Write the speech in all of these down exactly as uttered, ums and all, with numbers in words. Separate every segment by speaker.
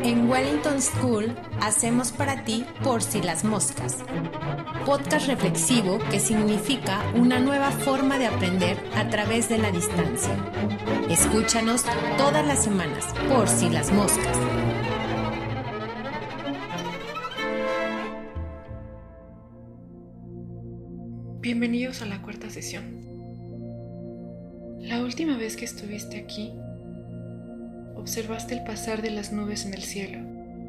Speaker 1: En Wellington School hacemos para ti Por si las moscas, podcast reflexivo que significa una nueva forma de aprender a través de la distancia. Escúchanos todas las semanas, Por si las moscas.
Speaker 2: Bienvenidos a la cuarta sesión. La última vez que estuviste aquí, observaste el pasar de las nubes en el cielo.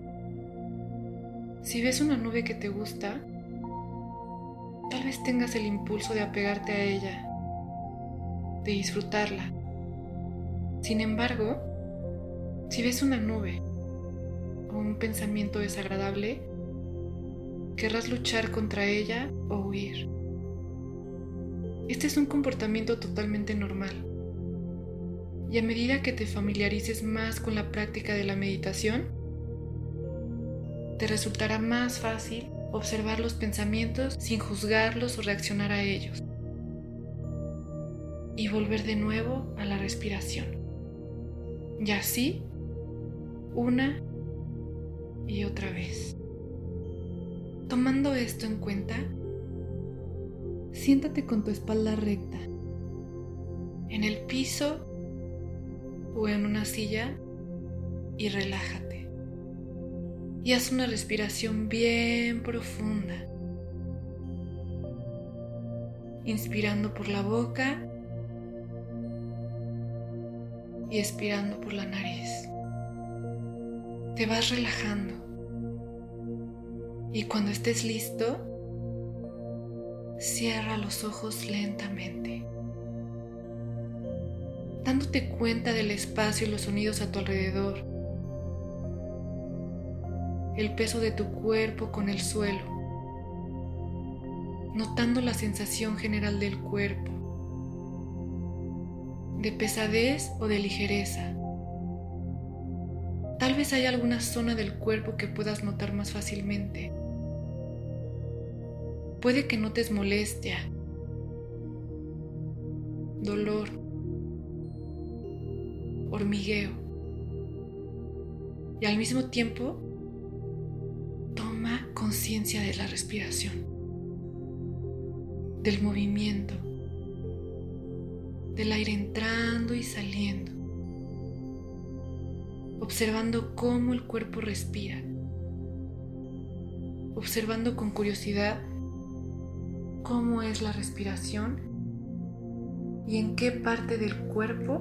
Speaker 2: Si ves una nube que te gusta, tal vez tengas el impulso de apegarte a ella, de disfrutarla. Sin embargo, si ves una nube o un pensamiento desagradable, querrás luchar contra ella o huir. Este es un comportamiento totalmente normal. Y a medida que te familiarices más con la práctica de la meditación, te resultará más fácil observar los pensamientos sin juzgarlos o reaccionar a ellos. Y volver de nuevo a la respiración. Y así, una y otra vez. Tomando esto en cuenta, siéntate con tu espalda recta, en el piso o en una silla, y relájate. Y haz una respiración bien profunda. Inspirando por la boca y expirando por la nariz. Te vas relajando. Y cuando estés listo, cierra los ojos lentamente, dándote cuenta del espacio y los sonidos a tu alrededor, el peso de tu cuerpo con el suelo, notando la sensación general del cuerpo, de pesadez o de ligereza. Tal vez haya alguna zona del cuerpo que puedas notar más fácilmente. Puede que notes molestia, dolor, hormigueo, y al mismo tiempo toma conciencia de la respiración, del movimiento, del aire entrando y saliendo, observando cómo el cuerpo respira, observando con curiosidad cómo es la respiración y en qué parte del cuerpo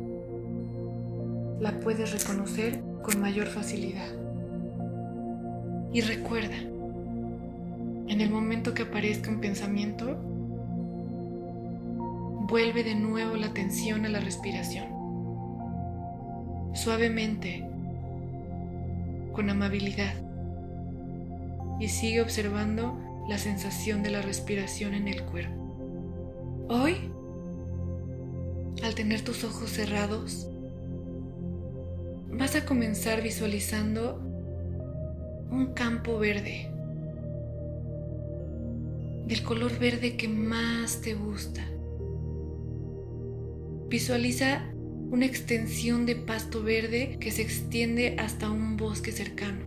Speaker 2: la puedes reconocer con mayor facilidad. Y recuerda, en el momento que aparezca un pensamiento, vuelve de nuevo la atención a la respiración. Suavemente, con amabilidad, y sigue observando la sensación de la respiración en el cuerpo. Hoy, al tener tus ojos cerrados, vas a comenzar visualizando un campo verde, del color verde que más te gusta. Visualiza una extensión de pasto verde que se extiende hasta un bosque cercano.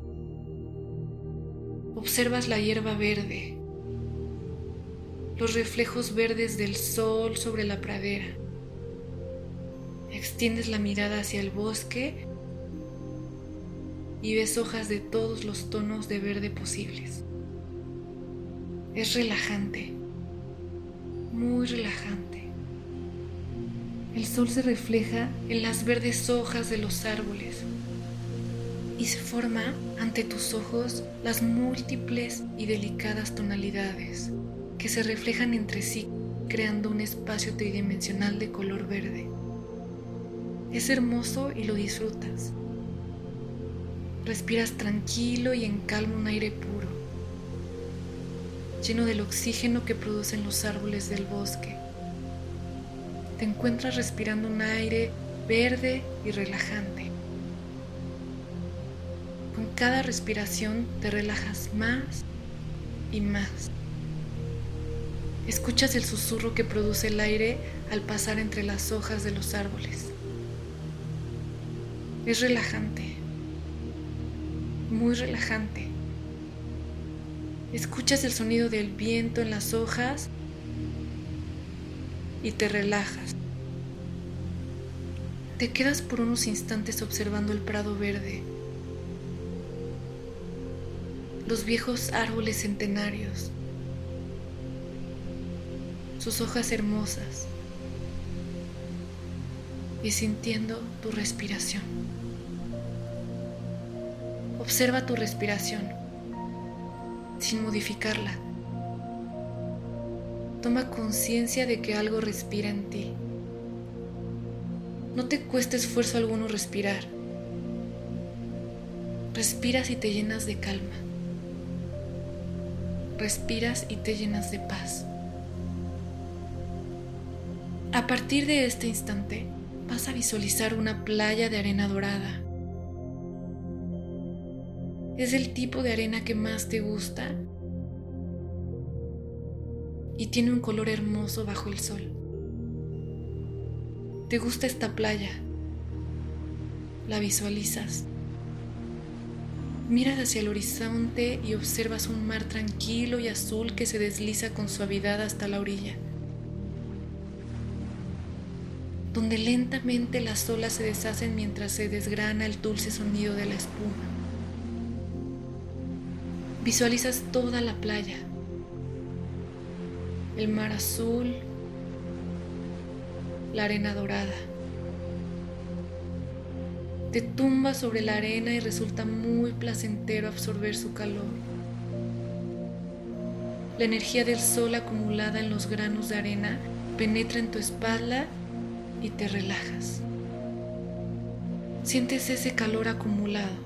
Speaker 2: Observas la hierba verde, los reflejos verdes del sol sobre la pradera. Extiendes la mirada hacia el bosque y ves hojas de todos los tonos de verde posibles. Es relajante, muy relajante. El sol se refleja en las verdes hojas de los árboles y se forma ante tus ojos las múltiples y delicadas tonalidades que se reflejan entre sí, creando un espacio tridimensional de color verde. Es hermoso y lo disfrutas. Respiras tranquilo y en calma un aire puro, lleno del oxígeno que producen los árboles del bosque. Te encuentras respirando un aire verde y relajante. Con cada respiración te relajas más y más. Escuchas el susurro que produce el aire al pasar entre las hojas de los árboles. Es relajante. muy relajante. Escuchas el sonido del viento en las hojas y te relajas. Te quedas por unos instantes observando el prado verde, los viejos árboles centenarios, sus hojas hermosas, y sintiendo tu respiración. Observa tu respiración sin modificarla. Toma conciencia de que algo respira en ti. No te cuesta esfuerzo alguno respirar. Respiras y te llenas de calma. Respiras y te llenas de paz. A partir de este instante, vas a visualizar una playa de arena dorada. ¿Es el tipo de arena que más te gusta? Y tiene un color hermoso bajo el sol. ¿Te gusta esta playa? ¿La visualizas? Miras hacia el horizonte y observas un mar tranquilo y azul que se desliza con suavidad hasta la orilla, donde lentamente las olas se deshacen mientras se desgrana el dulce sonido de la espuma. Visualizas toda la playa, el mar azul, la arena dorada. Te tumbas sobre la arena y resulta muy placentero absorber su calor. La energía del sol acumulada en los granos de arena penetra en tu espalda y te relajas. Sientes ese calor acumulado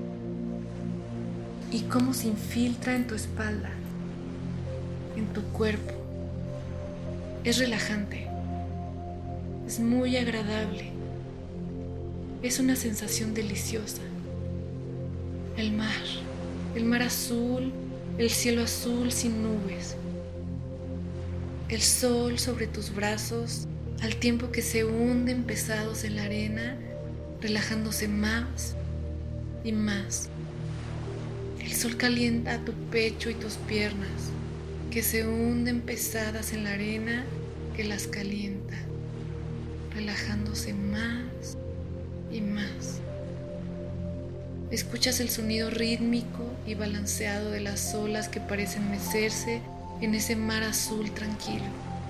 Speaker 2: y cómo se infiltra en tu espalda, en tu cuerpo. Es relajante, es muy agradable, es una sensación deliciosa. El mar, el mar azul, el cielo azul sin nubes, el sol sobre tus brazos, al tiempo que se hunden pesados en la arena, relajándose más y más. El sol calienta tu pecho y tus piernas, que se hunden pesadas en la arena que las calienta, relajándose más y más. Escuchas el sonido rítmico y balanceado de las olas que parecen mecerse en ese mar azul tranquilo.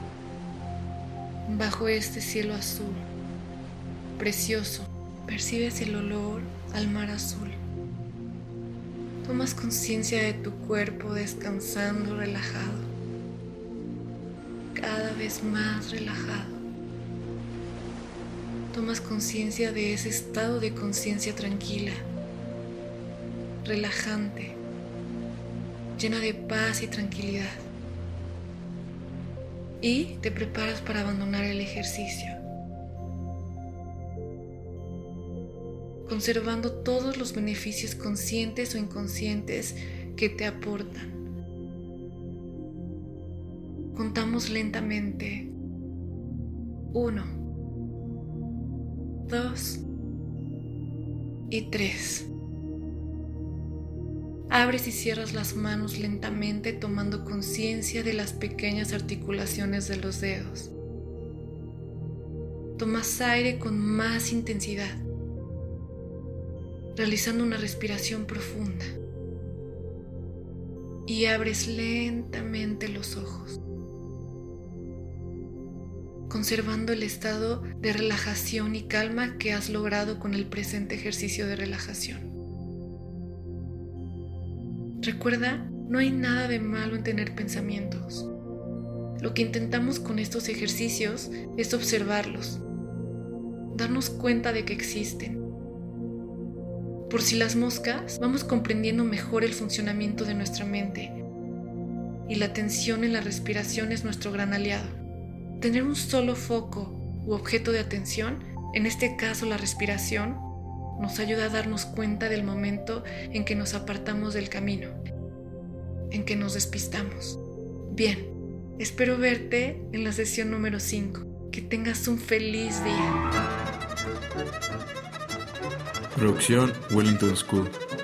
Speaker 2: Bajo este cielo azul, precioso, percibes el olor al mar azul. Tomas conciencia de tu cuerpo descansando relajado, cada vez más relajado. Tomas conciencia de ese estado de conciencia tranquila, relajante, llena de paz y tranquilidad. Y te preparas para abandonar el ejercicio, conservando todos los beneficios conscientes o inconscientes que te aportan. Contamos lentamente. Uno, dos y tres. Abres y cierras las manos lentamente, tomando conciencia de las pequeñas articulaciones de los dedos. Tomas aire con más intensidad, realizando una respiración profunda. Y abres lentamente los ojos, conservando el estado de relajación y calma que has logrado con el presente ejercicio de relajación. Recuerda, no hay nada de malo en tener pensamientos. Lo que intentamos con estos ejercicios es observarlos, darnos cuenta de que existen. Por si las moscas, vamos comprendiendo mejor el funcionamiento de nuestra mente, y la atención en la respiración es nuestro gran aliado. Tener un solo foco u objeto de atención, en este caso la respiración, nos ayuda a darnos cuenta del momento en que nos apartamos del camino, en que nos despistamos. Bien, espero verte en la sesión número cinco. Que tengas un feliz día.
Speaker 3: Producción Wellington School.